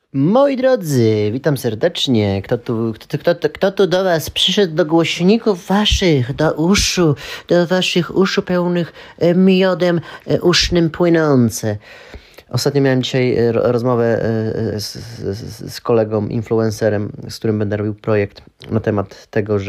Moi drodzy, witam serdecznie. Kto tu do was przyszedł do głośników waszych, do waszych uszu pełnych miodem usznym płynące? Ostatnio miałem dzisiaj rozmowę z kolegą, influencerem, z którym będę robił projekt na temat tego,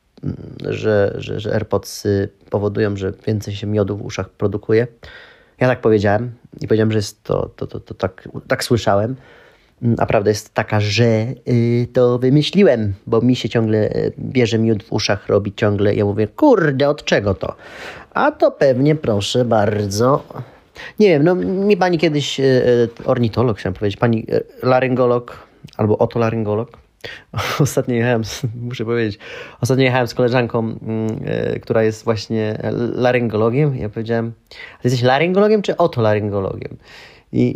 że AirPodsy powodują, że więcej się miodu w uszach produkuje. Ja tak powiedziałem i powiedziałem, że jest to tak słyszałem. A prawda jest taka, że to wymyśliłem, bo mi się ciągle bierze miód w uszach, robi ciągle. Ja mówię, kurde, od czego to? A to pewnie, proszę bardzo. Nie wiem, no mi pani kiedyś ornitolog, chciałem powiedzieć, pani laryngolog albo otolaryngolog. Ostatnio jechałem z koleżanką, która jest właśnie laryngologiem. Ja powiedziałem, ty jesteś laryngologiem czy otolaryngologiem? I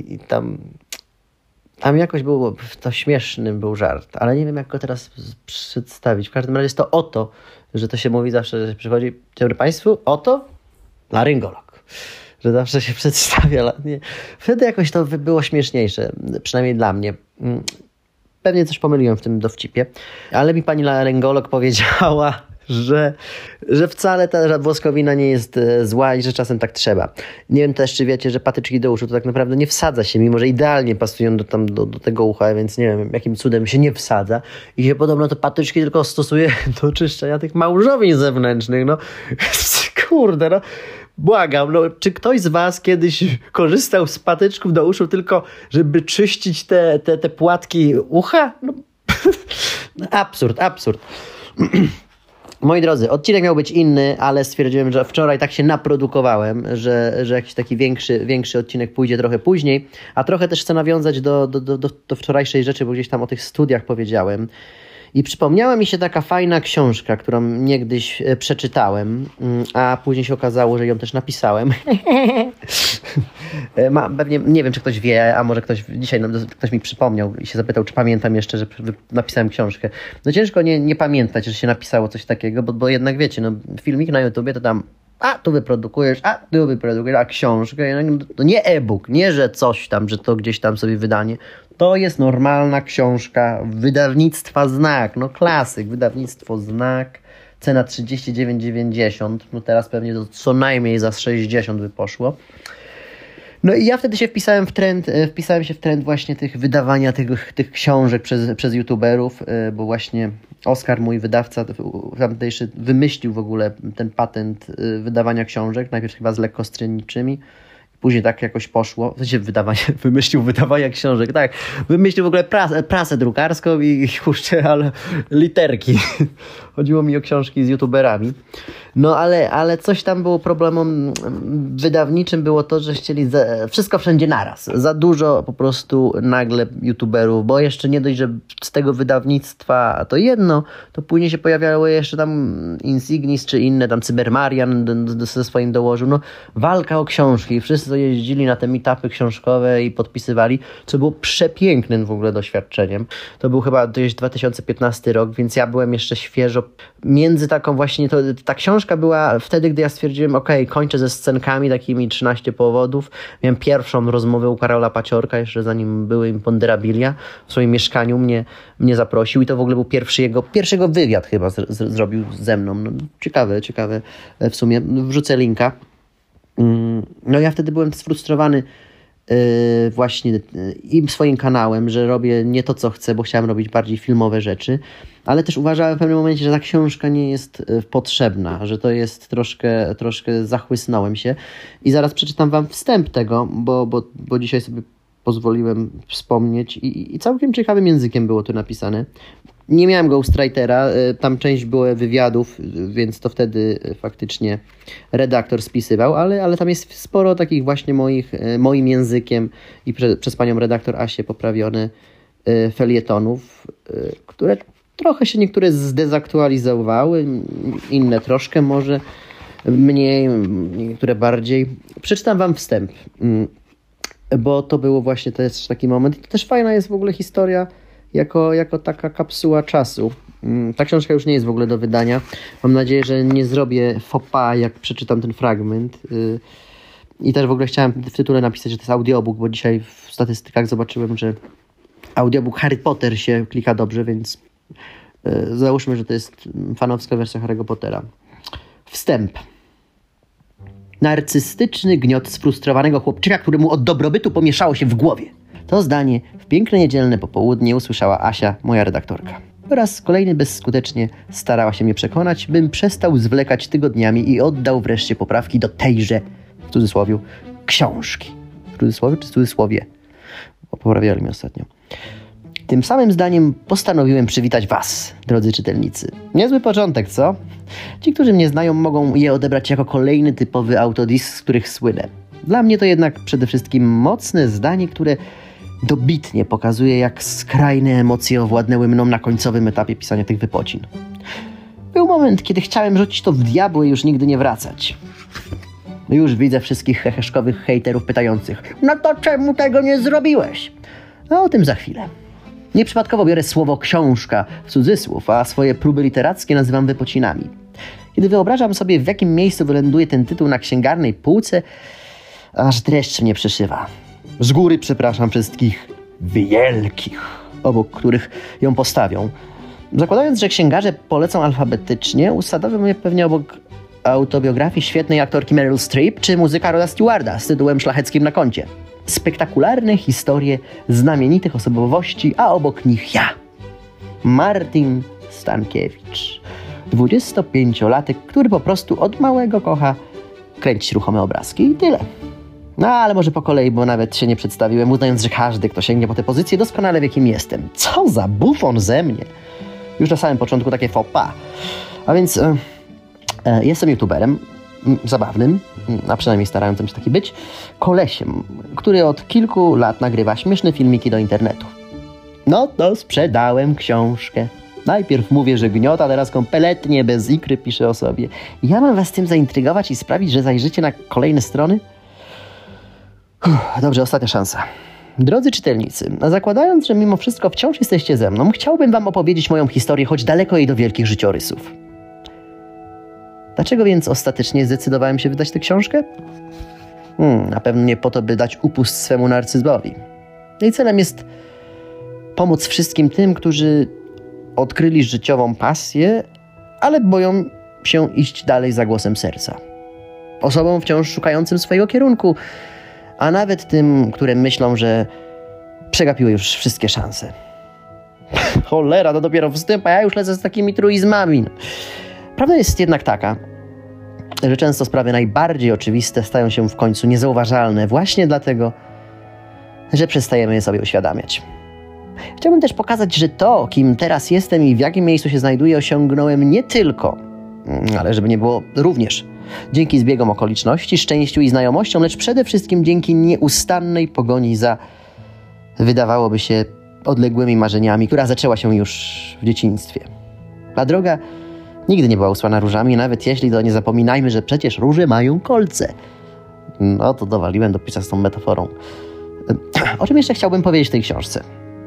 tam jakoś było, to śmieszny był żart, ale nie wiem, jak go teraz przedstawić. W każdym razie jest to oto, że to się mówi zawsze, że przychodzi, dzień dobry Państwu, oto laryngolog. Że zawsze się przedstawia. Nie. Wtedy jakoś to było śmieszniejsze, przynajmniej dla mnie. Pewnie coś pomyliłem w tym dowcipie, ale mi pani laryngolog powiedziała, że wcale ta włoskowina nie jest zła i że czasem tak trzeba. Nie wiem też, czy wiecie, że patyczki do uszu to tak naprawdę nie wsadza się, mimo że idealnie pasują do tego ucha, więc nie wiem, jakim cudem się nie wsadza. I się podobno te patyczki tylko stosuje do czyszczenia tych małżowin zewnętrznych. No, kurde, no. Błagam, no, czy ktoś z was kiedyś korzystał z patyczków do uszu tylko, żeby czyścić te płatki ucha? No, absurd. Moi drodzy, odcinek miał być inny, ale stwierdziłem, że wczoraj tak się naprodukowałem, że jakiś taki większy odcinek pójdzie trochę później, a trochę też chcę nawiązać do wczorajszej rzeczy, bo gdzieś tam o tych studiach powiedziałem. I przypomniała mi się taka fajna książka, którą niegdyś przeczytałem, a później się okazało, że ją też napisałem. Pewnie nie wiem, czy ktoś wie, a może dzisiaj ktoś mi przypomniał i się zapytał, czy pamiętam jeszcze, że napisałem książkę. No ciężko nie pamiętać, że się napisało coś takiego, bo jednak wiecie, no filmik na YouTubie to tam tu wyprodukujesz, a książkę, to nie e-book, nie, że coś tam, że to gdzieś tam sobie wydanie. To jest normalna książka wydawnictwa Znak, no klasyk, wydawnictwo Znak, cena 39,90, no teraz pewnie to co najmniej za 60 by poszło. No i ja wtedy się wpisałem się w trend właśnie tych wydawania tych książek przez youtuberów, bo właśnie Oskar, mój wydawca tamtejszy, wymyślił w ogóle ten patent wydawania książek, najpierw chyba z lekkostronniczymi, później tak jakoś poszło. W sensie wymyślił wydawania książek, tak. Wymyślił w ogóle prasę drukarską i kurczę, ale literki. Chodziło mi o książki z youtuberami. No ale coś tam było problemem wydawniczym, było to, że chcieli wszystko wszędzie naraz. Za dużo po prostu nagle youtuberów, bo jeszcze nie dość, że z tego wydawnictwa to jedno, to później się pojawiały jeszcze tam Insignis czy inne, tam Cybermarian ze swoim dołożył. No walka o książki. Wszyscy to jeździli na te meetupy książkowe i podpisywali, co było przepięknym w ogóle doświadczeniem. To był chyba gdzieś 2015 rok, więc ja byłem jeszcze świeżo między taką właśnie, ta książka była wtedy, gdy ja stwierdziłem, kończę ze scenkami takimi 13 powodów. Miałem pierwszą rozmowę u Karola Paciorka, jeszcze zanim były imponderabilia. W swoim mieszkaniu mnie zaprosił i to w ogóle był pierwszego wywiad chyba zrobił ze mną. No, ciekawe w sumie. Wrzucę linka. No ja wtedy byłem sfrustrowany właśnie i swoim kanałem, że robię nie to, co chcę, bo chciałem robić bardziej filmowe rzeczy, ale też uważałem w pewnym momencie, że ta książka nie jest potrzebna, że to jest troszkę zachłysnąłem się i zaraz przeczytam wam wstęp tego, bo dzisiaj sobie pozwoliłem wspomnieć i całkiem ciekawym językiem było tu napisane. Nie miałem ghostwritera, tam część była wywiadów, więc to wtedy faktycznie redaktor spisywał, ale tam jest sporo takich właśnie moim językiem i przez panią redaktor Asię poprawione felietonów, które trochę się niektóre zdezaktualizowały, inne troszkę może mniej, niektóre bardziej. Przeczytam wam wstęp, bo to było właśnie też taki moment. I to też fajna jest w ogóle historia jako taka kapsuła czasu. Ta książka już nie jest w ogóle do wydania. Mam nadzieję, że nie zrobię faux pas, jak przeczytam ten fragment. I też w ogóle chciałem w tytule napisać, że to jest audiobook, bo dzisiaj w statystykach zobaczyłem, że audiobook Harry Potter się klika dobrze, więc załóżmy, że to jest fanowska wersja Harry'ego Pottera. Wstęp. Narcystyczny gniot sfrustrowanego chłopczyka, któremu od dobrobytu pomieszało się w głowie. To zdanie w piękne niedzielne popołudnie usłyszała Asia, moja redaktorka. Po raz kolejny bezskutecznie starała się mnie przekonać, bym przestał zwlekać tygodniami i oddał wreszcie poprawki do tejże, w cudzysłowie, książki. W cudzysłowie czy w cudzysłowie? Poprawiali mnie ostatnio. Tym samym zdaniem postanowiłem przywitać was, drodzy czytelnicy. Niezły początek, co? Ci, którzy mnie znają, mogą je odebrać jako kolejny typowy autodiss, z których słynę. Dla mnie to jednak przede wszystkim mocne zdanie, które dobitnie pokazuje, jak skrajne emocje owładnęły mną na końcowym etapie pisania tych wypocin. Był moment, kiedy chciałem rzucić to w diabły i już nigdy nie wracać. Już widzę wszystkich heheszkowych hejterów pytających: no to czemu tego nie zrobiłeś? A o tym za chwilę. Nieprzypadkowo biorę słowo książka w cudzysłów, a swoje próby literackie nazywam wypocinami. Kiedy wyobrażam sobie, w jakim miejscu wyląduje ten tytuł na księgarnej półce, aż dreszcz mnie przeszywa. Z góry przepraszam wszystkich wielkich, obok których ją postawią. Zakładając, że księgarze polecą alfabetycznie, usadowią je pewnie obok autobiografii świetnej aktorki Meryl Streep czy muzyka Roda Stewarda z tytułem szlacheckim na koncie. Spektakularne historie znamienitych osobowości, a obok nich ja, Martin Stankiewicz. 25-latek, który po prostu od małego kocha kręcić ruchome obrazki i tyle. No ale może po kolei, bo nawet się nie przedstawiłem, uznając, że każdy, kto sięgnie po tę pozycję, doskonale wie, kim jestem. Co za bufon ze mnie! Już na samym początku takie faux pas. A więc jestem youtuberem, zabawnym, a przynajmniej starającym się taki być, kolesiem, który od kilku lat nagrywa śmieszne filmiki do internetu. No to sprzedałem książkę. Najpierw mówię, że gniot, a teraz kompletnie bez ikry piszę o sobie. Ja mam was tym zaintrygować i sprawić, że zajrzycie na kolejne strony? Dobrze, ostatnia szansa. Drodzy czytelnicy, zakładając, że mimo wszystko wciąż jesteście ze mną, chciałbym wam opowiedzieć moją historię, choć daleko jej do wielkich życiorysów. Dlaczego więc ostatecznie zdecydowałem się wydać tę książkę? Na pewno nie po to, by dać upust swemu narcyzmowi. Jej celem jest pomóc wszystkim tym, którzy odkryli życiową pasję, ale boją się iść dalej za głosem serca. Osobom wciąż szukającym swojego kierunku, a nawet tym, które myślą, że przegapiły już wszystkie szanse. Cholera, to dopiero wstęp, a ja już lecę z takimi truizmami. Prawda jest jednak taka, że często sprawy najbardziej oczywiste stają się w końcu niezauważalne właśnie dlatego, że przestajemy je sobie uświadamiać. Chciałbym też pokazać, że to, kim teraz jestem i w jakim miejscu się znajduję, osiągnąłem nie tylko, ale żeby nie było również, dzięki zbiegom okoliczności, szczęściu i znajomościom, lecz przede wszystkim dzięki nieustannej pogoni za, wydawałoby się, odległymi marzeniami, która zaczęła się już w dzieciństwie. Ta droga nigdy nie była usłana różami, nawet jeśli to nie zapominajmy, że przecież róże mają kolce. No to dowaliłem do picia z tą metaforą. O czym jeszcze chciałbym powiedzieć w tej książce?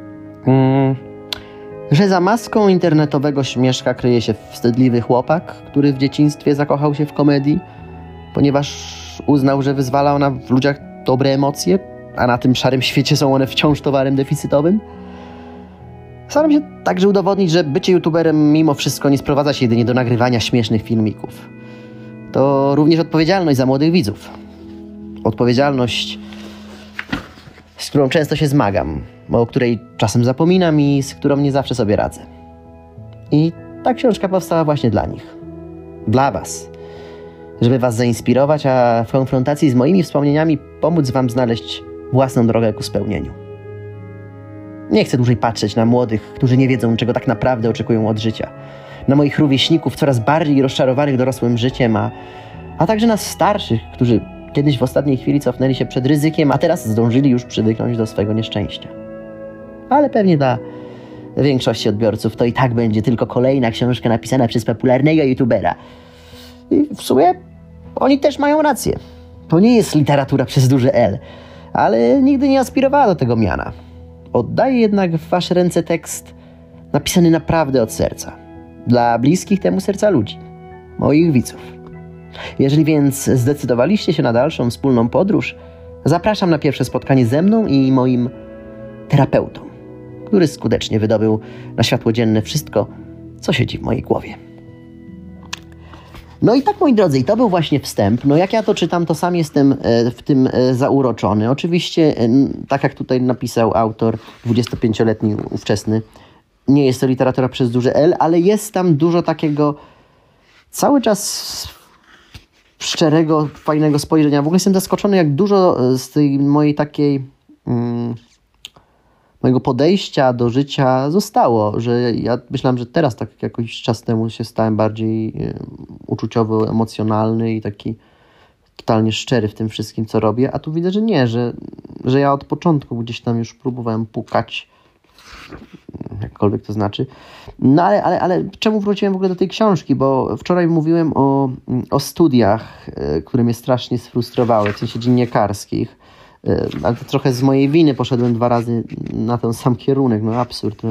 Że za maską internetowego śmieszka kryje się wstydliwy chłopak, który w dzieciństwie zakochał się w komedii, ponieważ uznał, że wyzwala ona w ludziach dobre emocje, a na tym szarym świecie są one wciąż towarem deficytowym. Staram się także udowodnić, że bycie youtuberem mimo wszystko nie sprowadza się jedynie do nagrywania śmiesznych filmików. To również odpowiedzialność za młodych widzów. Odpowiedzialność, z którą często się zmagam, o której czasem zapominam i z którą nie zawsze sobie radzę. I ta książka powstała właśnie dla nich. Dla was. Żeby was zainspirować, a w konfrontacji z moimi wspomnieniami pomóc wam znaleźć własną drogę ku spełnieniu. Nie chcę dłużej patrzeć na młodych, którzy nie wiedzą, czego tak naprawdę oczekują od życia. Na moich rówieśników, coraz bardziej rozczarowanych dorosłym życiem, a także na starszych, którzy kiedyś w ostatniej chwili cofnęli się przed ryzykiem, a teraz zdążyli już przywyknąć do swego nieszczęścia. Ale pewnie dla większości odbiorców to i tak będzie tylko kolejna książka napisana przez popularnego youtubera. I w sumie oni też mają rację. To nie jest literatura przez duże L, ale nigdy nie aspirowała do tego miana. Oddaję jednak w wasze ręce tekst napisany naprawdę od serca. Dla bliskich temu serca ludzi. Moich widzów. Jeżeli więc zdecydowaliście się na dalszą wspólną podróż, zapraszam na pierwsze spotkanie ze mną i moim terapeutą, który skutecznie wydobył na światło dzienne wszystko, co siedzi w mojej głowie. No i tak, moi drodzy, i to był właśnie wstęp. No jak ja to czytam, to sam jestem w tym zauroczony. Oczywiście, tak jak tutaj napisał autor, 25-letni ówczesny, nie jest to literatura przez duże L, ale jest tam dużo takiego cały czas szczerego, fajnego spojrzenia. W ogóle jestem zaskoczony, jak dużo z tej mojej takiej mojego podejścia do życia zostało, że ja myślałem, że teraz, tak jakiś czas temu się stałem bardziej uczuciowo emocjonalny i taki totalnie szczery w tym wszystkim, co robię, a tu widzę, że nie, że ja od początku gdzieś tam już próbowałem pukać, jakkolwiek to znaczy. No ale czemu wróciłem w ogóle do tej książki? Bo wczoraj mówiłem o studiach, które mnie strasznie sfrustrowały, w sensie dziennikarskich. Ale to trochę z mojej winy, poszedłem 2 razy na ten sam kierunek, no absurd.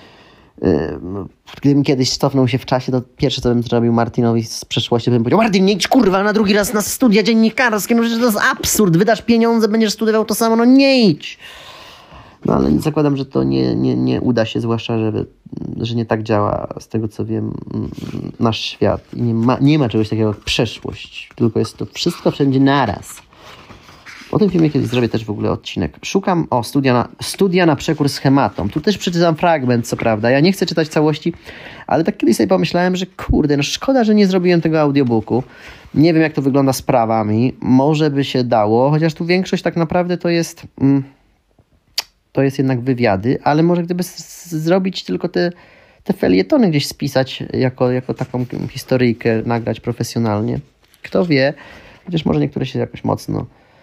Gdybym kiedyś cofnął się w czasie, to pierwsze, co bym zrobił Martinowi z przeszłości, bym powiedział: Martin, nie idź kurwa na drugi raz na studia dziennikarskie, no przecież to jest absurd, wydasz pieniądze, będziesz studiował to samo, no nie idź. No ale zakładam, że to nie uda się, zwłaszcza, że nie tak działa, z tego co wiem, nasz świat. I nie ma czegoś takiego jak przeszłość, tylko jest to wszystko wszędzie naraz. O tym filmie kiedyś zrobię też w ogóle odcinek. Szukam studia na przekór schematom. Tu też przeczytam fragment, co prawda. Ja nie chcę czytać całości, ale tak kiedyś sobie pomyślałem, że kurde, no szkoda, że nie zrobiłem tego audiobooku. Nie wiem, jak to wygląda z prawami. Może by się dało, chociaż tu większość tak naprawdę to jest jednak wywiady, ale może gdyby zrobić tylko te felietony gdzieś spisać jako taką historyjkę, nagrać profesjonalnie. Kto wie, chociaż może niektóre się jakoś mocno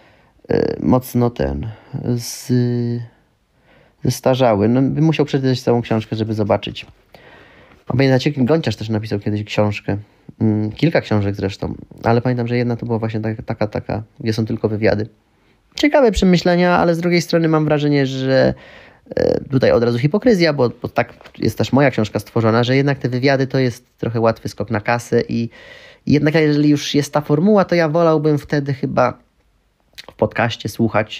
zestarzały. No, bym musiał przeczytać całą książkę, żeby zobaczyć. Pamiętacie, Gonciarz też napisał kiedyś książkę. Kilka książek zresztą, ale pamiętam, że jedna to była właśnie taka, gdzie są tylko wywiady. Ciekawe przemyślenia, ale z drugiej strony mam wrażenie, że tutaj od razu hipokryzja, bo tak jest też moja książka stworzona, że jednak te wywiady to jest trochę łatwy skok na kasę i jednak jeżeli już jest ta formuła, to ja wolałbym wtedy chyba w podcaście słuchać,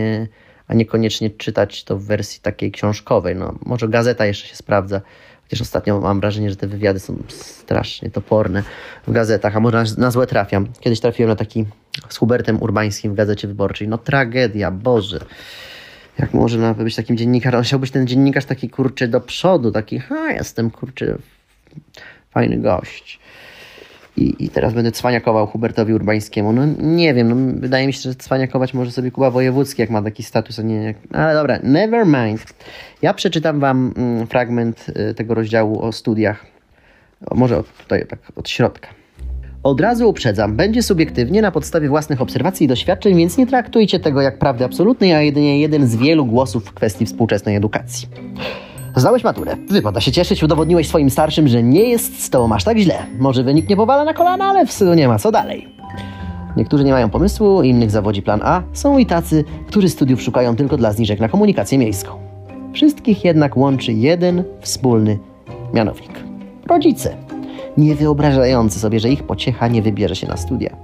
a niekoniecznie czytać to w wersji takiej książkowej. No, może gazeta jeszcze się sprawdza, chociaż ostatnio mam wrażenie, że te wywiady są strasznie toporne w gazetach, a może na złe trafiam. Kiedyś trafiłem na taki z Hubertem Urbańskim w Gazecie Wyborczej. No tragedia, Boże. Jak można być takim dziennikarzem? On chciał być ten dziennikarz taki, kurczę, do przodu, taki, jestem, kurczę, fajny gość. I teraz będę cwaniakował Hubertowi Urbańskiemu. No nie wiem, no, wydaje mi się, że cwaniakować może sobie Kuba Wojewódzki, jak ma taki status, a nie jak... Ale dobra, never mind. Ja przeczytam wam fragment tego rozdziału o studiach. Może tutaj tak od środka. Od razu uprzedzam, będzie subiektywnie na podstawie własnych obserwacji i doświadczeń, więc nie traktujcie tego jak prawdy absolutnej, a jedynie jeden z wielu głosów w kwestii współczesnej edukacji. Zdałeś maturę. Wypada się cieszyć, udowodniłeś swoim starszym, że nie jest z tobą aż tak źle. Może wynik nie powala na kolana, ale w synu nie ma co dalej. Niektórzy nie mają pomysłu, innych zawodzi plan A. Są i tacy, którzy studiów szukają tylko dla zniżek na komunikację miejską. Wszystkich jednak łączy jeden wspólny mianownik. Rodzice, nie wyobrażający sobie, że ich pociecha nie wybierze się na studia.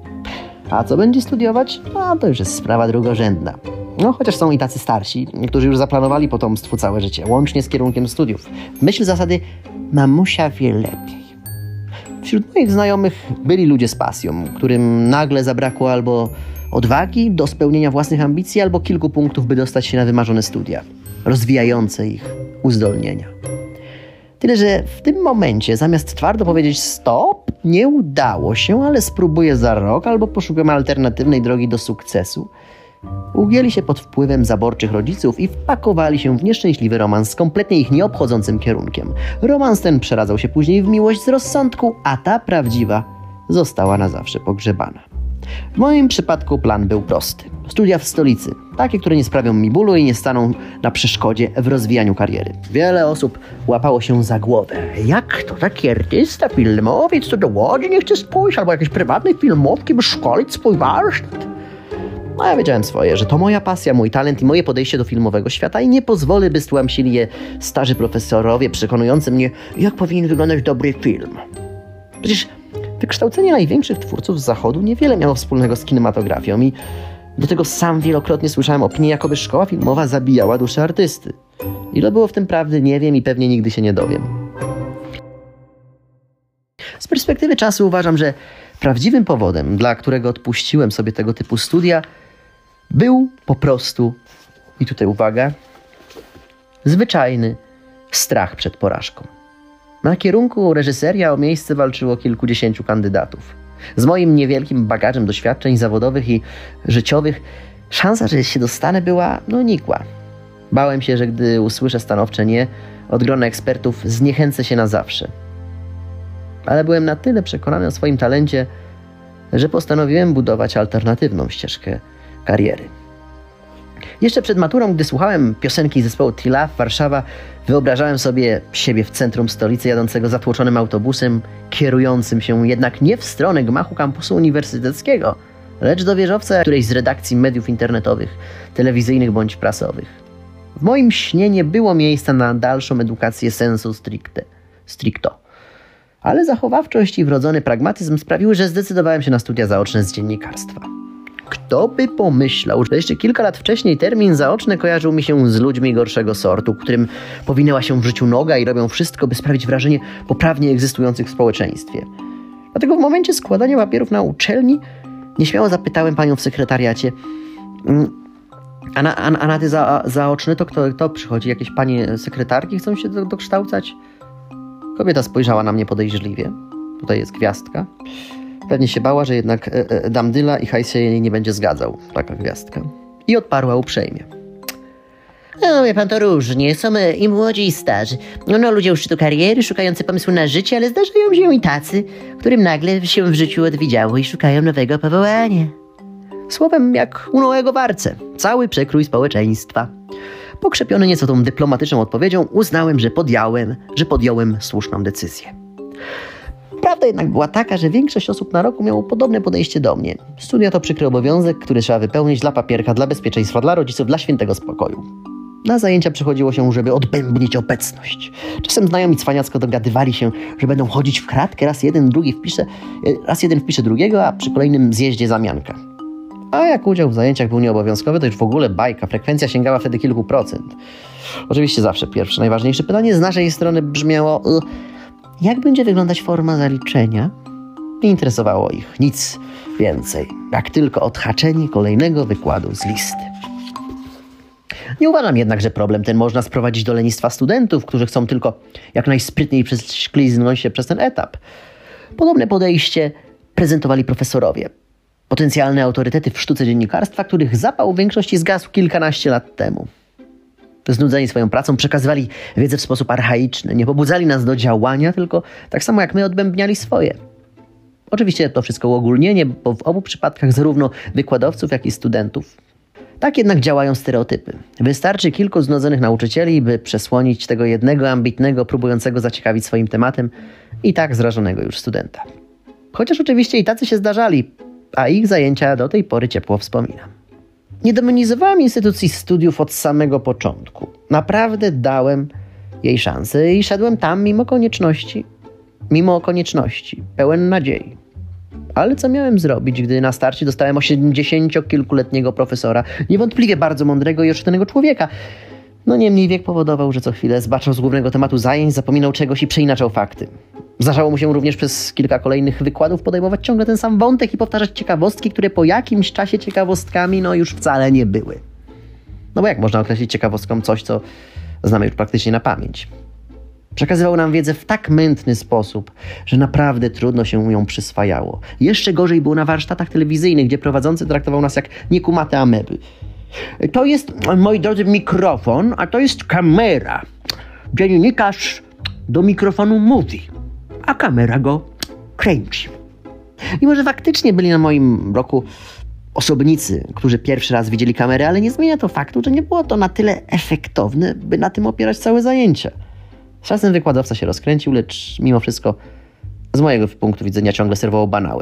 A co będzie studiować? No to już jest sprawa drugorzędna. No, chociaż są i tacy starsi, którzy już zaplanowali potomstwu całe życie, łącznie z kierunkiem studiów. W myśl zasady mamusia wie lepiej. Wśród moich znajomych byli ludzie z pasją, którym nagle zabrakło albo odwagi do spełnienia własnych ambicji, albo kilku punktów, by dostać się na wymarzone studia, rozwijające ich uzdolnienia. Tyle, że w tym momencie zamiast twardo powiedzieć stop, nie udało się, ale spróbuję za rok, albo poszukam alternatywnej drogi do sukcesu, ugięli się pod wpływem zaborczych rodziców i wpakowali się w nieszczęśliwy romans z kompletnie ich nieobchodzącym kierunkiem. Romans ten przeradzał się później w miłość z rozsądku, a ta prawdziwa została na zawsze pogrzebana. W moim przypadku plan był prosty. Studia w stolicy, takie, które nie sprawią mi bólu i nie staną na przeszkodzie w rozwijaniu kariery. Wiele osób łapało się za głowę. Jak to taki artysta, filmowiec, to do Łodzi nie chce pójść, albo jakieś prywatnej filmówki, by szkolić swój warsztat? No ja wiedziałem swoje, że to moja pasja, mój talent i moje podejście do filmowego świata i nie pozwolę, by stłamsili je starzy profesorowie przekonujący mnie, jak powinien wyglądać dobry film. Przecież wykształcenie największych twórców z Zachodu niewiele miało wspólnego z kinematografią i Do tego sam wielokrotnie słyszałem opinię, jakoby szkoła filmowa zabijała duszę artysty. Ile było w tym prawdy, nie wiem i pewnie nigdy się nie dowiem. Z perspektywy czasu uważam, że prawdziwym powodem, dla którego odpuściłem sobie tego typu studia, był po prostu, i tutaj uwaga, zwyczajny strach przed porażką. Na kierunku reżyseria o miejsce walczyło kilkudziesięciu kandydatów. Z moim niewielkim bagażem doświadczeń zawodowych i życiowych szansa, że się dostanę, była nikła. Bałem się, że gdy usłyszę stanowcze nie, od grona ekspertów zniechęcę się na zawsze. Ale byłem na tyle przekonany o swoim talencie, że postanowiłem budować alternatywną ścieżkę kariery. Jeszcze przed maturą, gdy słuchałem piosenki zespołu T-Love Warszawa, wyobrażałem sobie siebie w centrum stolicy jadącego zatłoczonym autobusem, kierującym się jednak nie w stronę gmachu kampusu uniwersyteckiego, lecz do wieżowca którejś z redakcji mediów internetowych, telewizyjnych bądź prasowych. W moim śnie nie było miejsca na dalszą edukację sensu stricto. Ale zachowawczość i wrodzony pragmatyzm sprawiły, że zdecydowałem się na studia zaoczne z dziennikarstwa. Kto by pomyślał, że jeszcze kilka lat wcześniej termin zaoczny kojarzył mi się z ludźmi gorszego sortu, którym powinęła się w życiu noga i robią wszystko, by sprawić wrażenie poprawnie egzystujących w społeczeństwie. Dlatego w momencie składania papierów na uczelni nieśmiało zapytałem panią w sekretariacie: a na ty zaoczny to kto przychodzi? Jakieś panie sekretarki chcą się dokształcać? Kobieta spojrzała na mnie podejrzliwie. Tutaj jest gwiazdka. Pewnie się bała, że jednak dam dyla i hajs się jej nie będzie zgadzał. Taka gwiazdka. I odparła uprzejmie: no wie pan, to różnie. Są i młodzi, i starzy. Ludzie u szczytu kariery, szukający pomysłu na życie, ale zdarzają się i tacy, którym nagle się w życiu odwiedziało i szukają nowego powołania. Słowem, jak u Noego w arce. Cały przekrój społeczeństwa. Pokrzepiony nieco tą dyplomatyczną odpowiedzią, uznałem, że podjąłem słuszną decyzję. Prawda jednak była taka, że większość osób na roku miało podobne podejście do mnie. Studia to przykry obowiązek, który trzeba wypełnić dla papierka, dla bezpieczeństwa, dla rodziców, dla świętego spokoju. Na zajęcia przychodziło się, żeby odbębnić obecność. Czasem znajomi cwaniacko dogadywali się, że będą chodzić w kratkę, raz jeden wpisze drugiego, a przy kolejnym zjeździe zamianka. A jak udział w zajęciach był nieobowiązkowy, to już w ogóle bajka. Frekwencja sięgała wtedy kilku procent. Oczywiście zawsze pierwsze, najważniejsze pytanie z naszej strony brzmiało: jak będzie wyglądać forma zaliczenia? Nie interesowało ich nic więcej, jak tylko odhaczenie kolejnego wykładu z listy. Nie uważam jednak, że problem ten można sprowadzić do lenistwa studentów, którzy chcą tylko jak najsprytniej prześliznąć się przez ten etap. Podobne podejście prezentowali profesorowie. Potencjalne autorytety w sztuce dziennikarstwa, których zapał w większości zgasł kilkanaście lat temu. Znudzeni swoją pracą przekazywali wiedzę w sposób archaiczny, nie pobudzali nas do działania, tylko tak samo jak my odbębniali swoje. Oczywiście to wszystko uogólnienie, bo w obu przypadkach zarówno wykładowców, jak i studentów. Tak jednak działają stereotypy. Wystarczy kilku znudzonych nauczycieli, by przesłonić tego jednego ambitnego, próbującego zaciekawić swoim tematem i tak zrażonego już studenta. Chociaż oczywiście i tacy się zdarzali, a ich zajęcia do tej pory ciepło wspominam. Nie demonizowałem instytucji studiów od samego początku. Naprawdę dałem jej szansę i szedłem tam mimo konieczności, pełen nadziei. Ale co miałem zrobić, gdy na starcie dostałem 80-kilkuletniego profesora, niewątpliwie bardzo mądrego i oczytanego człowieka? Niemniej wiek powodował, że co chwilę zbaczał z głównego tematu zajęć, zapominał czegoś i przeinaczał fakty. Zdarzało mu się również przez kilka kolejnych wykładów podejmować ciągle ten sam wątek i powtarzać ciekawostki, które po jakimś czasie ciekawostkami już wcale nie były. Bo jak można określić ciekawostką coś, co znamy już praktycznie na pamięć? Przekazywał nam wiedzę w tak mętny sposób, że naprawdę trudno się ją przyswajało. Jeszcze gorzej było na warsztatach telewizyjnych, gdzie prowadzący traktował nas jak niekumate ameby. To jest, moi drodzy, mikrofon, a to jest kamera. Dziennikarz do mikrofonu mówi, a kamera go kręci. I może faktycznie byli na moim roku osobnicy, którzy pierwszy raz widzieli kamerę, ale nie zmienia to faktu, że nie było to na tyle efektowne, by na tym opierać całe zajęcia. Z czasem wykładowca się rozkręcił, lecz mimo wszystko z mojego punktu widzenia ciągle serwował banały.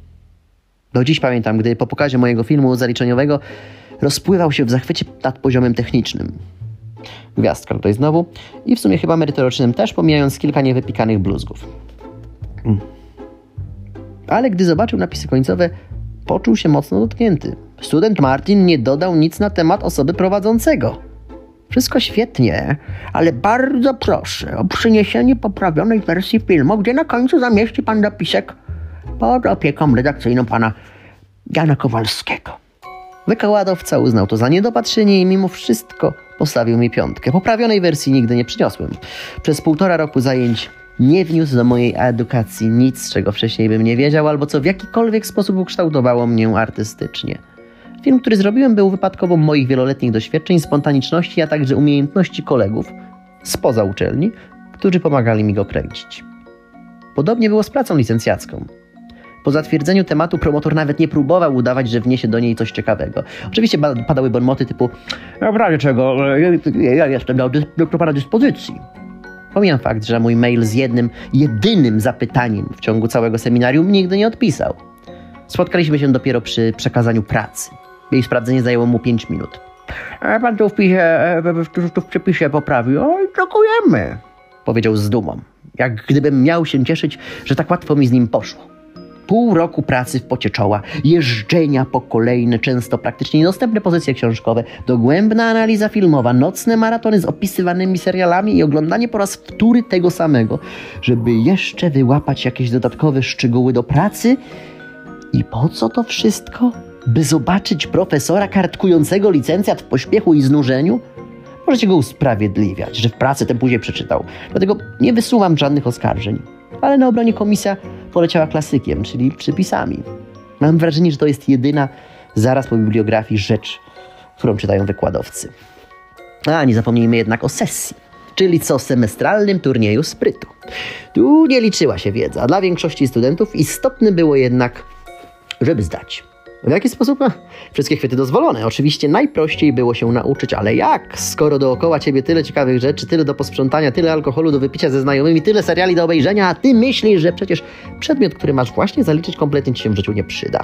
Do dziś pamiętam, gdy po pokazie mojego filmu zaliczeniowego rozpływał się w zachwycie nad poziomem technicznym. Gwiazdka tutaj znowu i w sumie chyba merytorycznym też, pomijając kilka niewypikanych bluzgów. Ale gdy zobaczył napisy końcowe, poczuł się mocno dotknięty. Student Martin nie dodał nic na temat osoby prowadzącego. Wszystko świetnie, ale bardzo proszę o przyniesienie poprawionej wersji filmu, gdzie na końcu zamieści pan dopisek pod opieką redakcyjną pana Jana Kowalskiego. Wykładowca uznał to za niedopatrzenie i mimo wszystko postawił mi 5. Poprawionej wersji nigdy nie przyniosłem. Przez 1,5 roku zajęć nie wniósł do mojej edukacji nic, czego wcześniej bym nie wiedział, albo co w jakikolwiek sposób ukształtowało mnie artystycznie. Film, który zrobiłem, był wypadkową moich wieloletnich doświadczeń, spontaniczności, a także umiejętności kolegów spoza uczelni, którzy pomagali mi go kręcić. Podobnie było z pracą licencjacką. Po zatwierdzeniu tematu promotor nawet nie próbował udawać, że wniesie do niej coś ciekawego. Oczywiście padały bonmoty typu w razie czego ja jestem do pana dyspozycji. Pomijam fakt, że mój mail z jedynym zapytaniem w ciągu całego seminarium nigdy nie odpisał. Spotkaliśmy się dopiero przy przekazaniu pracy. Jej sprawdzenie zajęło mu 5 minut. Pan tu w przepisie poprawił. Oj, dziękujemy, powiedział z dumą. Jak gdybym miał się cieszyć, że tak łatwo mi z nim poszło. 0,5 roku pracy w pocie czoła, jeżdżenia po kolejne, często praktycznie niedostępne pozycje książkowe, dogłębna analiza filmowa, nocne maratony z opisywanymi serialami i oglądanie po raz wtóry tego samego, żeby jeszcze wyłapać jakieś dodatkowe szczegóły do pracy. I po co to wszystko? By zobaczyć profesora kartkującego licencjat w pośpiechu i znużeniu? Możecie go usprawiedliwiać, że w pracy ten później przeczytał. Dlatego nie wysuwam żadnych oskarżeń. Ale na obronie komisja poleciała klasykiem, czyli przypisami. Mam wrażenie, że to jest jedyna zaraz po bibliografii rzecz, którą czytają wykładowcy. A nie zapomnijmy jednak o sesji, czyli co semestralnym turnieju sprytu. Tu nie liczyła się wiedza. Dla większości studentów istotne było jednak, żeby zdać. W jaki sposób? Wszystkie chwyty dozwolone. Oczywiście najprościej było się nauczyć, ale jak? Skoro dookoła ciebie tyle ciekawych rzeczy, tyle do posprzątania, tyle alkoholu do wypicia ze znajomymi, tyle seriali do obejrzenia, a ty myślisz, że przecież przedmiot, który masz właśnie zaliczyć, kompletnie ci się w życiu nie przyda.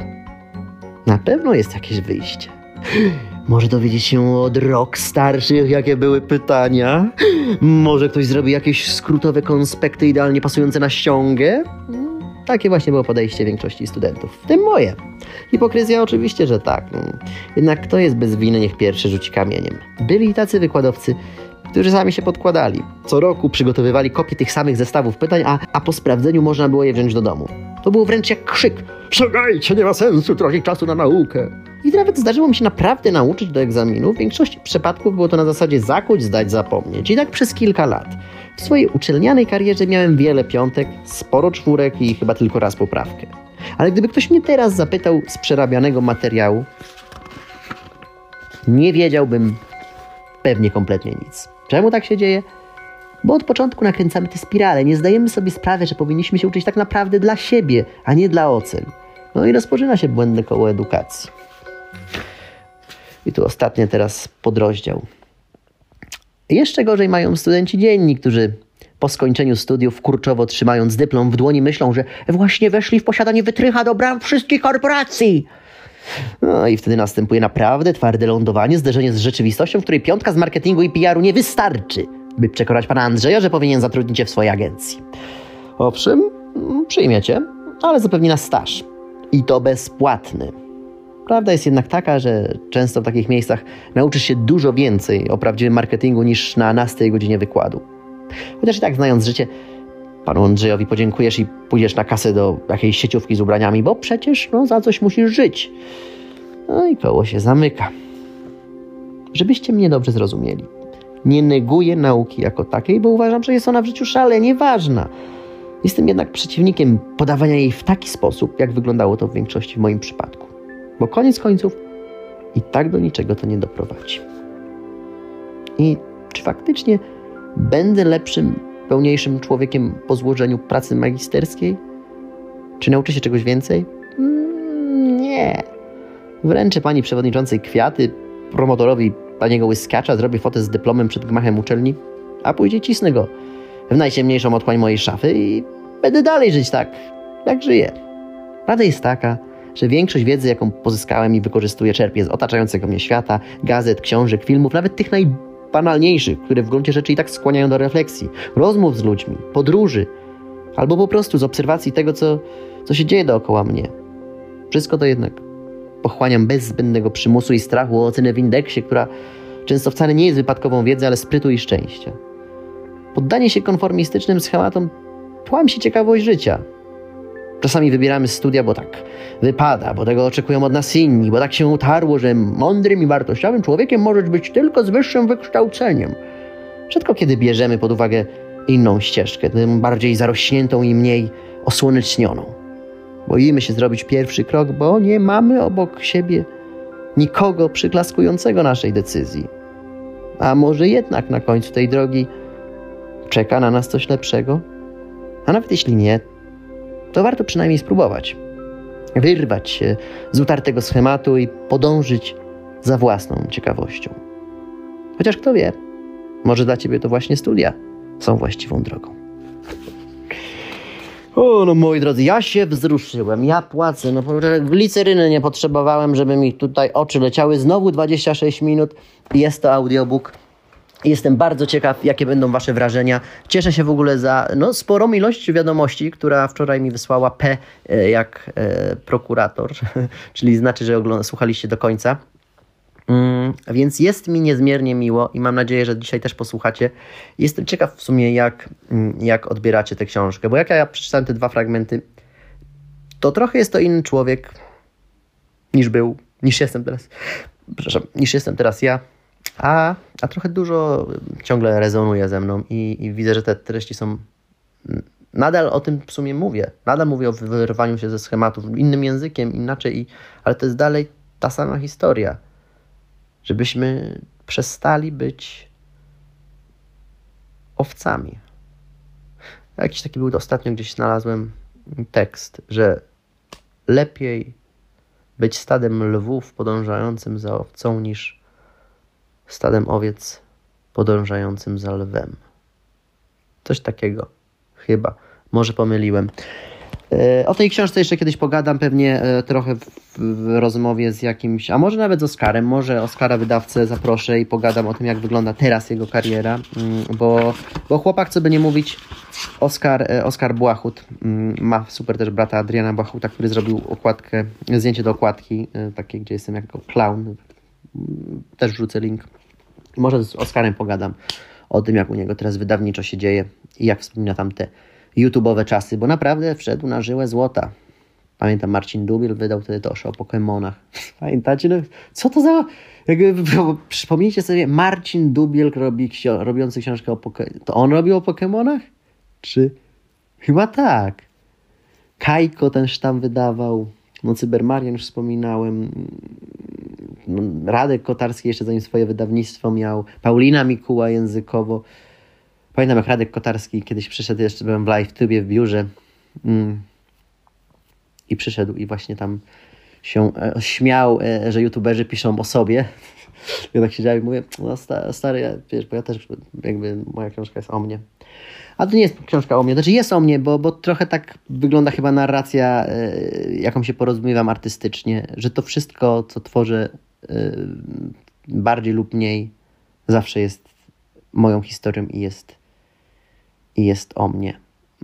Na pewno jest jakieś wyjście. Może dowiedzieć się od rok starszych, jakie były pytania? Może ktoś zrobi jakieś skrótowe konspekty idealnie pasujące na ściągę? Takie właśnie było podejście większości studentów, w tym moje. Hipokryzja oczywiście, że tak. Jednak kto jest bez winy, niech pierwszy rzuci kamieniem. Byli i tacy wykładowcy, którzy sami się podkładali. Co roku przygotowywali kopie tych samych zestawów pytań, a po sprawdzeniu można było je wziąć do domu. To było wręcz jak krzyk. Szukajcie, nie ma sensu tracić czasu na naukę. I nawet zdarzyło mi się naprawdę nauczyć do egzaminu. W większości przypadków było to na zasadzie zakuć, zdać, zapomnieć. I tak przez kilka lat. W swojej uczelnianej karierze miałem wiele 5, sporo 4 i chyba tylko raz poprawkę. Ale gdyby ktoś mnie teraz zapytał z przerabianego materiału, nie wiedziałbym pewnie kompletnie nic. Czemu tak się dzieje? Bo od początku nakręcamy tę spiralę. Nie zdajemy sobie sprawy, że powinniśmy się uczyć tak naprawdę dla siebie, a nie dla ocen. No i rozpoczyna się błędne koło edukacji. I tu ostatnie teraz podrozdział. Jeszcze gorzej mają studenci dzienni, którzy po skończeniu studiów kurczowo trzymając dyplom w dłoni myślą, że właśnie weszli w posiadanie wytrycha do bram wszystkich korporacji. No i wtedy następuje naprawdę twarde lądowanie, zderzenie z rzeczywistością, w której 5 z marketingu i PR-u nie wystarczy, by przekonać pana Andrzeja, że powinien zatrudnić cię w swojej agencji. Owszem, przyjmiecie, ale zapewni na staż. I to bezpłatny. Prawda jest jednak taka, że często w takich miejscach nauczysz się dużo więcej o prawdziwym marketingu niż na 12 godzinie wykładu. Chociaż i tak znając życie, panu Andrzejowi podziękujesz i pójdziesz na kasę do jakiejś sieciówki z ubraniami, bo przecież za coś musisz żyć. No i koło się zamyka. Żebyście mnie dobrze zrozumieli. Nie neguję nauki jako takiej, bo uważam, że jest ona w życiu szalenie ważna. Jestem jednak przeciwnikiem podawania jej w taki sposób, jak wyglądało to w większości w moim przypadku. Bo koniec końców i tak do niczego to nie doprowadzi. I czy faktycznie będę lepszym, pełniejszym człowiekiem po złożeniu pracy magisterskiej? Czy nauczę się czegoś więcej? Nie. Wręczę pani przewodniczącej kwiaty, promotorowi taniego łyskacza, zrobię fotę z dyplomem przed gmachem uczelni, a później cisnę go w najciemniejszą otchłań mojej szafy i będę dalej żyć tak, jak żyję. Prawda jest taka, że większość wiedzy, jaką pozyskałem i wykorzystuję, czerpię z otaczającego mnie świata, gazet, książek, filmów, nawet tych najbanalniejszych, które w gruncie rzeczy i tak skłaniają do refleksji, rozmów z ludźmi, podróży, albo po prostu z obserwacji tego, co się dzieje dookoła mnie. Wszystko to jednak pochłaniam bez zbędnego przymusu i strachu o ocenę w indeksie, która często wcale nie jest wypadkową wiedzy, ale sprytu i szczęścia. Poddanie się konformistycznym schematom tłamsi ciekawość życia. Czasami wybieramy studia, bo tak wypada, bo tego oczekują od nas inni, bo tak się utarło, że mądrym i wartościowym człowiekiem możesz być tylko z wyższym wykształceniem. Rzadko kiedy bierzemy pod uwagę inną ścieżkę, tym bardziej zarośniętą i mniej osłonecznioną. Boimy się zrobić pierwszy krok, bo nie mamy obok siebie nikogo przyklaskującego naszej decyzji. A może jednak na końcu tej drogi czeka na nas coś lepszego? A nawet jeśli nie, to warto przynajmniej spróbować. Wyrwać się z utartego schematu i podążyć za własną ciekawością. Chociaż kto wie, może dla ciebie to właśnie studia są właściwą drogą. O, no moi drodzy, ja się wzruszyłem, ja płacę, gliceryny nie potrzebowałem, żeby mi tutaj oczy leciały. Znowu 26 minut, jest to audiobook. Jestem bardzo ciekaw, jakie będą wasze wrażenia. Cieszę się w ogóle za sporą ilość wiadomości, która wczoraj mi wysłała P jak prokurator, czyli znaczy, że słuchaliście do końca. Więc jest mi niezmiernie miło i mam nadzieję, że dzisiaj też posłuchacie. Jestem ciekaw w sumie, jak odbieracie tę książkę, bo jak ja przeczytałem te 2 fragmenty, to trochę jest to inny człowiek niż jestem teraz ja, a trochę dużo ciągle rezonuje ze mną i widzę, że te treści są... Nadal o tym w sumie mówię. Nadal mówię o wyrwaniu się ze schematów innym językiem, inaczej, ale to jest dalej ta sama historia. Żebyśmy przestali być owcami. Jakiś taki był ostatnio, gdzieś znalazłem tekst, że lepiej być stadem lwów podążającym za owcą niż stadem owiec podążającym za lwem. Coś takiego. Chyba. Może pomyliłem. O tej książce jeszcze kiedyś pogadam, pewnie trochę w rozmowie z jakimś, a może nawet z Oskarem, może Oskara wydawcę zaproszę i pogadam o tym, jak wygląda teraz jego kariera, bo chłopak, co by nie mówić, Oskar Błachut, ma super też brata Adriana Błachuta, który zrobił zdjęcie do okładki, takie, gdzie jestem jako clown, też wrzucę link. Może z Oskarem pogadam o tym, jak u niego teraz wydawniczo się dzieje i jak wspomina tam te YouTube'owe czasy, bo naprawdę wszedł na żyłę złota. Pamiętam, Marcin Dubiel wydał wtedy tosze o Pokemonach. Pamiętacie? No, co to za... Przypomnijcie sobie, Marcin Dubiel robiący książkę o Pokemonach. To on robił o Pokemonach? Czy... Chyba tak. Kajko tenż tam wydawał. Cybermarian już wspominałem. Radek Kotarski jeszcze zanim swoje wydawnictwo miał. Paulina Mikuła językowo. Pamiętam, jak Radek Kotarski kiedyś przyszedł, jeszcze byłem w LiveTubie w biurze i przyszedł i właśnie tam się śmiał, że youtuberzy piszą o sobie. Ja tak siedziałem i mówię, stary, wiesz, bo ja też jakby moja książka jest o mnie. A to nie jest książka o mnie, znaczy jest o mnie, bo trochę tak wygląda chyba narracja, jaką się porozumiewam artystycznie, że to wszystko, co tworzę, bardziej lub mniej, zawsze jest moją historią i jest o mnie.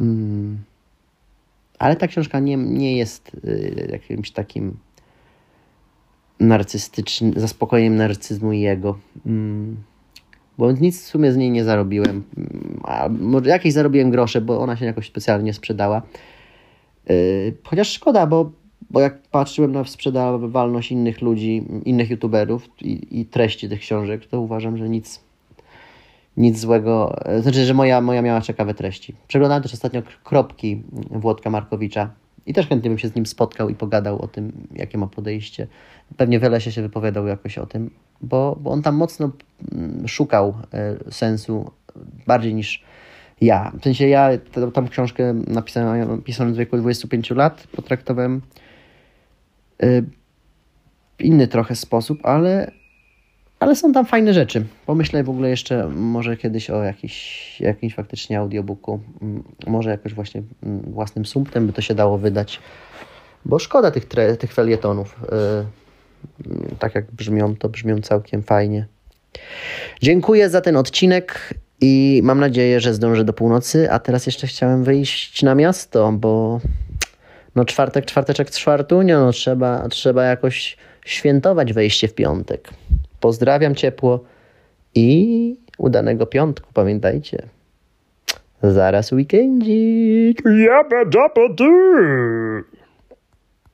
Ale ta książka nie jest jakimś takim narcystycznym, zaspokojeniem narcyzmu i jego. Bo nic w sumie z niej nie zarobiłem. A może jakieś zarobiłem grosze, bo ona się jakoś specjalnie nie sprzedała. Chociaż szkoda, bo jak patrzyłem na sprzedawalność innych ludzi, innych youtuberów i treści tych książek, to uważam, że nic złego, znaczy, że moja miała ciekawe treści. Przeglądałem też ostatnio Kropki Włodka Markowicza i też chętnie bym się z nim spotkał i pogadał o tym, jakie ma podejście. Pewnie w Lesie się wypowiadał jakoś o tym, bo on tam mocno szukał sensu, bardziej niż ja. W sensie ja tam książkę napisałem w wieku 25 lat, potraktowałem w inny trochę sposób, ale są tam fajne rzeczy. Pomyślę w ogóle jeszcze może kiedyś o jakimś faktycznie audiobooku. Może jakoś właśnie własnym sumptem by to się dało wydać. Bo szkoda tych felietonów. Tak jak brzmią całkiem fajnie. Dziękuję za ten odcinek i mam nadzieję, że zdążę do północy. A teraz jeszcze chciałem wyjść na miasto, bo czwarteczek z czwartunią, trzeba jakoś świętować wejście w piątek. Pozdrawiam ciepło i udanego piątku, pamiętajcie. Zaraz weekendzik. Jabba dabba doo.